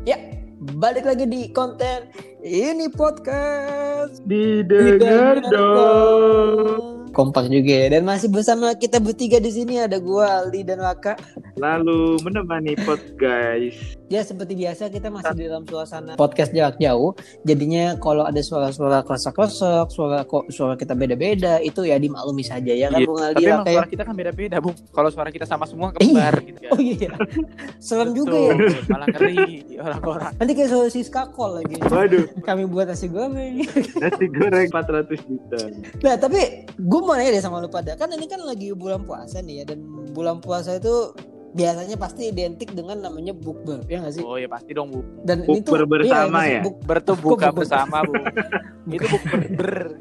Ya, balik lagi di konten ini podcast. Didengar dong. Kompak juga ya. Dan masih bersama kita bertiga di sini, ada gua, Aldi dan Waka. Lalu menemani pot guys. Ya, seperti biasa kita masih di dalam suasana podcast jarak jauh. Jadinya kalau ada suara-suara kresek-kresek, suara kita beda-beda, itu ya dimaklumi saja ya kan, Iya. Bung Aldi. Tapi emang Waka, suara kita kan beda-beda, Bung. Kalau suara kita sama semua kembar gitu ya. Oh iya. Serem juga ya. Malah ngeri orang-orang. Nanti kayak suara Siska Call lagi. Waduh, Kami buat nasi goreng. nasi goreng 400 juta. Nah, tapi gue mau nanya deh sama lu pada. Kan ini kan lagi bulan puasa nih ya. Dan bulan puasa itu biasanya pasti identik dengan namanya bukber, ya nggak sih? Oh ya pasti dong, Bu. Dan ini tuh Bukber bersama ya? Bukber tuh buka Kok bersama, Bu. Itu bukber.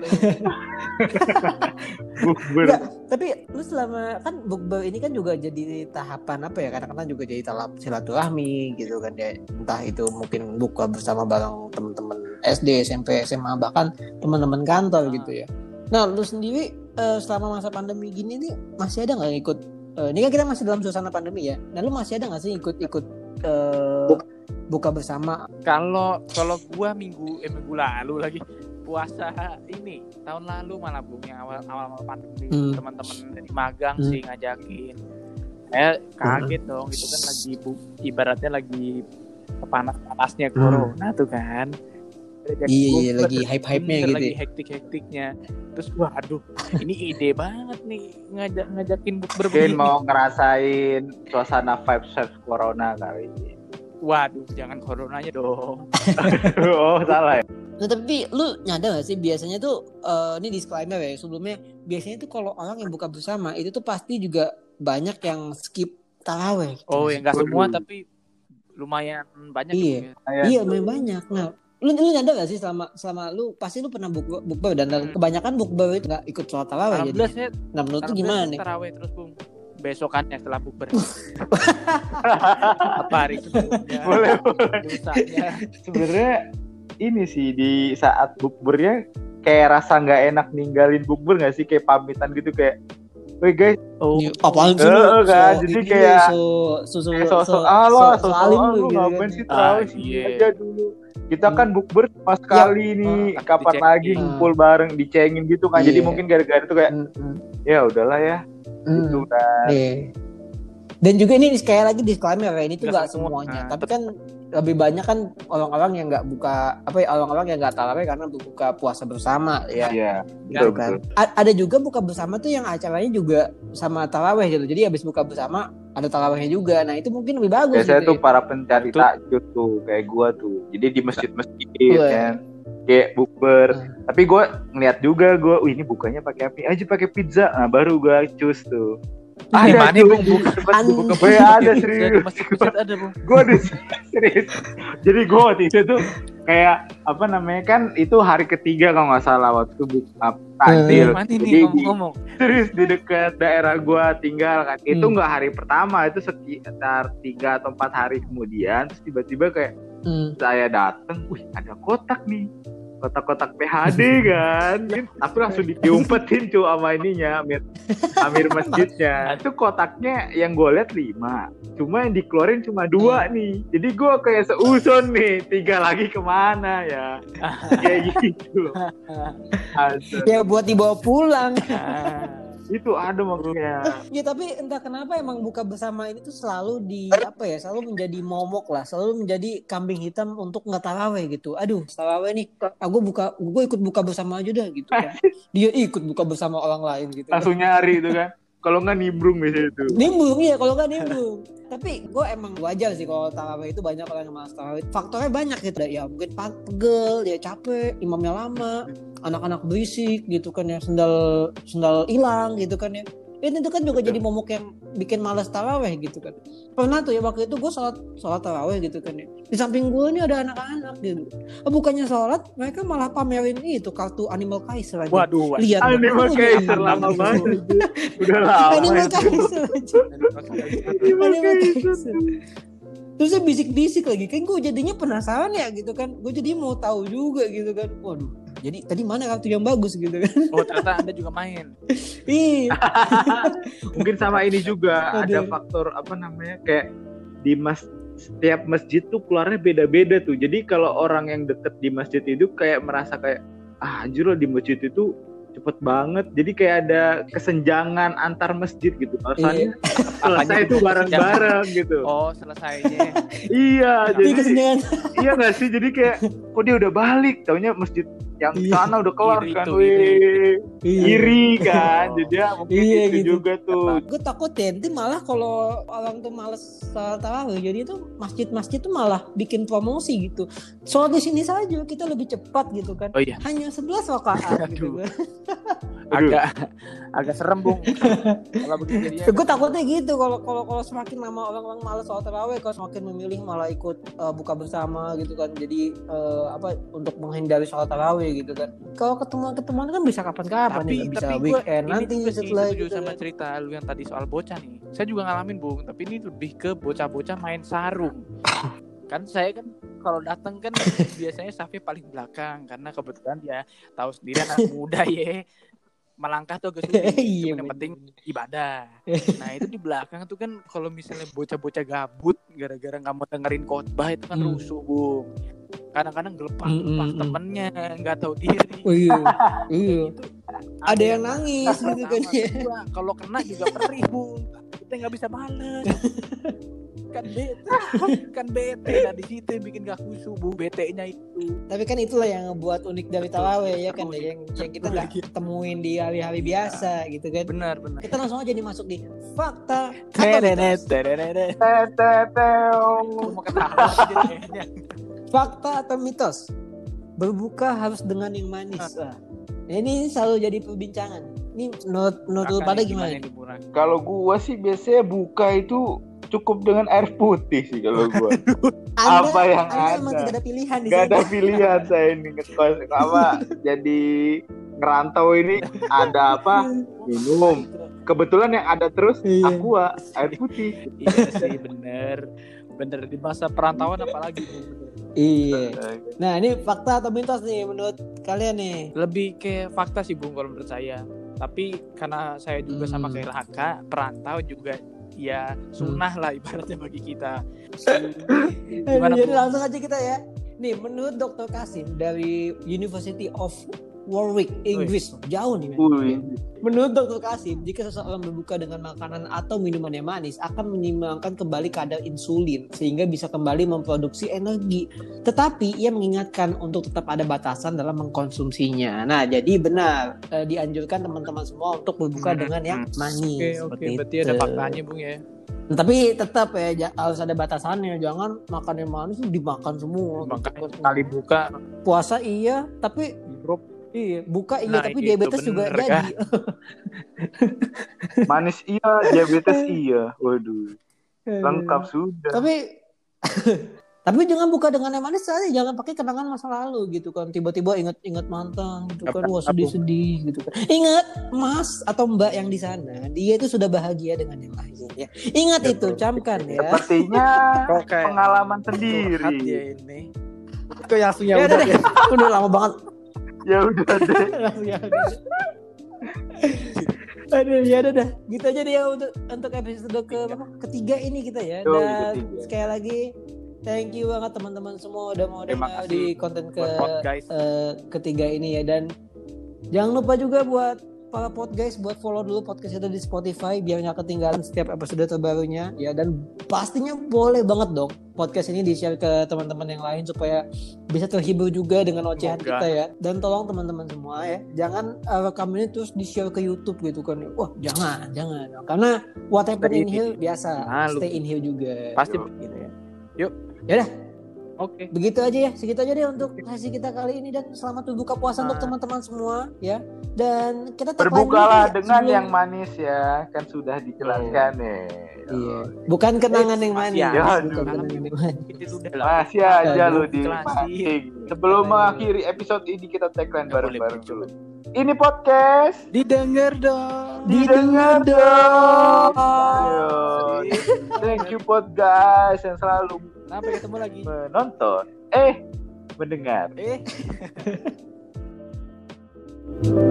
Bukber. Enggak, tapi lu selama kan bukber ini kan juga jadi tahapan apa ya? Kadang-kadang juga jadi tahap silaturahmi gitu kan ya. Entah itu mungkin buka bersama bareng teman-teman SD, SMP, SMA, bahkan teman-teman kantor gitu ya. Nah, lu sendiri selama masa pandemi gini nih masih ada nggak yang ikut? Ini kan kita masih dalam suasana pandemi ya. Nah, lu masih ada nggak sih ikut buka bersama? Kalau gua minggu lalu lagi puasa ini tahun lalu malah, Bung, yang awal pandemi teman-teman dari magang sih ngajakin. Kaget dong, itu kan lagi ibaratnya lagi panas-panasnya corona tuh kan. Iya, lagi hype-hype-nya gitu. Lagi hektik-hektiknya. Terus aduh, ini ide banget nih ngajakin bukber Mungkin begini. mau ngerasain suasana vibes corona kali. Waduh, jangan coronanya dong. Oh, salah ya. Nah, tapi lu nyadar gak sih biasanya tuh ini disclaimer ya sebelumnya, biasanya tuh kalau orang yang buka bersama itu tuh pasti juga banyak yang skip taraweh. Oh, ya nggak semua tapi lumayan banyak. Iya, iya lumayan banyak. Nah, lu nyadar gak sih selama lu pasti lu pernah bukber dan kebanyakan bukber itu nggak ikut sholat taraweh jadi. Nah, menurut lu gimana nih? Taraweh terus, Bung. Besokannya setelah bukber. Apa hari sebelumnya? Boleh. Dosanya. Sebenarnya ini sih di saat bukbernya kayak rasa nggak enak ninggalin bukber nggak sih, kayak pamitan gitu kayak, woi guys, Apaan sih lu? Kan jadi kayak alim lu gitu ngapain kan. sih tarawih sini aja dulu. Kita kan bukber cuma sekali nih, kapan lagi ngumpul bareng, dicengin gitu kan. Jadi mungkin gara-gara itu kayak ya udahlah ya. Gitu kan. Dan juga ini sekali lagi disclaimer ya, ini tuh nggak semuanya. Tapi kan lebih banyak kan orang-orang yang nggak buka orang-orang yang nggak tarawih karena buka puasa bersama ya. Iya. Gitu kan. Ada juga buka bersama tuh yang acaranya juga sama tarawih gitu. Jadi habis buka bersama ada tarawihnya juga. Nah, itu mungkin lebih bagus. Biasanya gitu tuh para pencari takjub tuh kayak gua tuh. Jadi di masjid-masjid kan kayak bukber. Tapi gua ngeliat juga ini bukanya pakai apa? Aja pakai pizza. Nah, baru gua cus tuh. Ada nih, Bung, buka ada serius. Masjid ada, Bung. Gue ada serius. Jadi gue waktu itu tuh kayak apa namanya, kan itu hari ketiga kalau nggak salah waktu buka takjil. Jadi ngomong serius di dekat daerah gue tinggal kan. Itu nggak hari pertama, itu sekitar 3 atau 4 hari kemudian. Terus tiba-tiba kayak saya datang, wih ada kotak nih. Kotak-kotak PHD kan. Aku langsung diumpetin cuy sama ininya Amir masjidnya. Itu kotaknya yang gue lihat 5, cuma yang dikeluarin cuma 2 nih. Jadi gue kayak seuson nih, 3 lagi kemana ya. Kayak gitu. Ya buat dibawa pulang. Itu ada maksudnya. Ya tapi entah kenapa emang buka bersama ini tuh selalu selalu menjadi momok lah, selalu menjadi kambing hitam untuk nggak taraweh gitu. Aduh, taraweh nih, gue ikut buka bersama aja dah gitu kan. Dia ikut buka bersama orang lain gitu. Langsung nyari itu kan. Kalau nggak nimbrung biasanya itu. Nimbrung ya, kalau nggak nimbrung. Tapi gue emang wajar sih kalau taraweh itu banyak orang yang malas taraweh. Faktornya banyak gitu. Ya mungkin pegel, ya capek, imamnya lama, anak-anak berisik gitu kan ya, sendal hilang gitu kan ya. Itu kan juga jadi momok yang bikin malas taraweh gitu kan. Pernah tuh ya waktu itu gue sholat taraweh gitu kan ya. Di samping gue nih ada anak-anak gitu. Bukannya sholat, mereka malah pamerin itu kartu Animal Kaiser aja. Waduh. Lihat Animal Kaiser lama banget. Udah lama. Animal Kaiser aja. Animal Kaiser. Terus saya bisik-bisik lagi. Kan gue jadinya penasaran ya gitu kan. Gue jadi mau tahu juga gitu kan. Waduh. Jadi tadi mana kartu yang bagus gitu kan. Oh, ternyata Anda juga main. Iya. Mungkin sama ini juga ada faktor kayak di setiap masjid tuh keluarnya beda-beda tuh. Jadi kalau orang yang deket di masjid itu kayak merasa kayak anjir loh di masjid itu cepet banget. Jadi kayak ada kesenjangan antar masjid gitu. Alasannya selesai itu bareng-bareng gitu. Oh, selesainya. Iya, jadi kesenjangan. Iya nggak sih? Jadi kayak kok dia udah balik, taunya masjid yang sana udah kelar Iri kan, tuh, iri kan. Jadi ya mungkin itu gitu. juga tuh. Gue takut ya, nanti malah kalau orang tuh males salat tarawih, jadi itu masjid-masjid tuh malah bikin promosi gitu. Soal di sini saja kita lebih cepat gitu kan. Oh iya. Hanya 11 rakaat gitu. agak serem Bung. Kalau begitu jadinya. Gue takutnya gitu kalau semakin lama orang-orang malas salat tarawih, kalau semakin memilih malah ikut buka bersama gitu kan. Jadi untuk menghindari salat tarawih gitu kan. Kalau ketemuan kan bisa kapan-kapan, bisa weekend nanti setelah setuju gitu sama kan. cerita lu yang tadi soal bocah nih. Saya juga ngalamin Bung, tapi ini lebih ke bocah-bocah main sarung. Kan saya kan kalau datang kan biasanya safnya paling belakang karena kebetulan ya tahu sendiri anak muda ya. Melangkah tuh agak sulit, yang penting ibadah. Nah itu di belakang tuh kan kalau misalnya bocah-bocah gabut gara-gara nggak mau dengerin khotbah itu kan rusuh Bung. Kadang-kadang gelepar temennya nggak tahu diri. Oh iya. Gitu. Ada yang nangis gitu kan ya. Kalau kena juga perih Bung. Kita nggak bisa balas. kan bete. Nah di situ yang bikin gak khusyuk Bu, bete-nya itu. Tapi kan itulah yang ngebuat unik dari tarawih ya kan, yang kita nggak ketemuin di hari-hari biasa gitu kan. Benar. Kita langsung aja masuk di fakta fakta atau mitos. Berbuka harus dengan yang manis. Ini selalu jadi perbincangan. Ini menurut pada gimana? Kalau gua sih biasanya buka itu cukup dengan air putih sih kalau gua. Apa yang ada? Emang tidak ada pilihan di sini. Gak ada pilihan saya ini ngekos jadi ngerantau ini ada apa? Minum. Kebetulan yang ada terus aqua, air putih. Iya sih bener di masa perantauan apalagi. Iya. Nah ini fakta atau mitos nih menurut kalian nih? Lebih ke fakta sih Bung kalau menurut saya. Tapi karena saya juga sama kayak Raka, perantau juga ya sunnah lah ibaratnya bagi kita. Gimana, jadi langsung aja kita ya. Nih menurut Dr. Kasim dari University of Warwick, Inggris, jauh nih. Menurut Dr. Kasim, jika seseorang berbuka dengan makanan atau minuman yang manis akan menyeimbangkan kembali kadar insulin sehingga bisa kembali memproduksi energi. Tetapi ia mengingatkan untuk tetap ada batasan dalam mengkonsumsinya. Nah, jadi benar dianjurkan teman-teman semua untuk berbuka dengan yang manis. Oke, berarti ada faktanya Bung ya. Tapi tetap ya harus ada batasannya, jangan makan yang manis dimakan semua. Kali buka puasa iya, tapi iya, buka iya, tapi diabetes juga jadi. Manis iya, diabetes iya. Waduh. Lengkap sudah. Tapi jangan buka dengan yang manis aja, jangan pakai kenangan masa lalu gitu kan. Tiba-tiba ingat mantan gitu kan, wah sedih-sedih gitu kan. Ingat Mas atau Mbak yang di sana, dia itu sudah bahagia dengan yang lain ya. Ingat itu, camkan ya. Sepertinya pengalaman sendiri. Ya ini. Kok langsung ya udah deh. Udah lama banget. Ya udah deh. Aduh ya udah gitu aja deh ya untuk episode ketiga ini kita ya. Dan sekali lagi thank you banget teman-teman semua udah mau dengar di konten ketiga ini ya. Dan jangan lupa juga buat para guys buat follow dulu podcast kita di Spotify biar nggak ketinggalan setiap episode terbarunya ya. Dan pastinya boleh banget dong podcast ini di-share ke teman-teman yang lain supaya bisa terhibur juga dengan ocehan kita ya. Dan tolong teman-teman semua ya, jangan rekam ini terus di-share ke YouTube gitu kan. Wah, jangan. Karena what happen in here biasa, stay in here juga. Pasti begitu ya. Yuk. Ya udah. Oke. Begitu aja ya. Segitu aja deh untuk sesi kita kali ini dan selamat berbuka puasa untuk teman-teman semua ya. Dan kita berbukalah dengan yang manis ya, kan sudah dijelaskan ya. Iya. Bukan kenangan yang manis. Masih aja lo di mancing. Sebelum mengakhiri episode ini kita tagline bareng-bareng dulu. Ini podcast didengar dong. Ayo. Thank you pod guys yang selalu sampai ketemu lagi menonton mendengar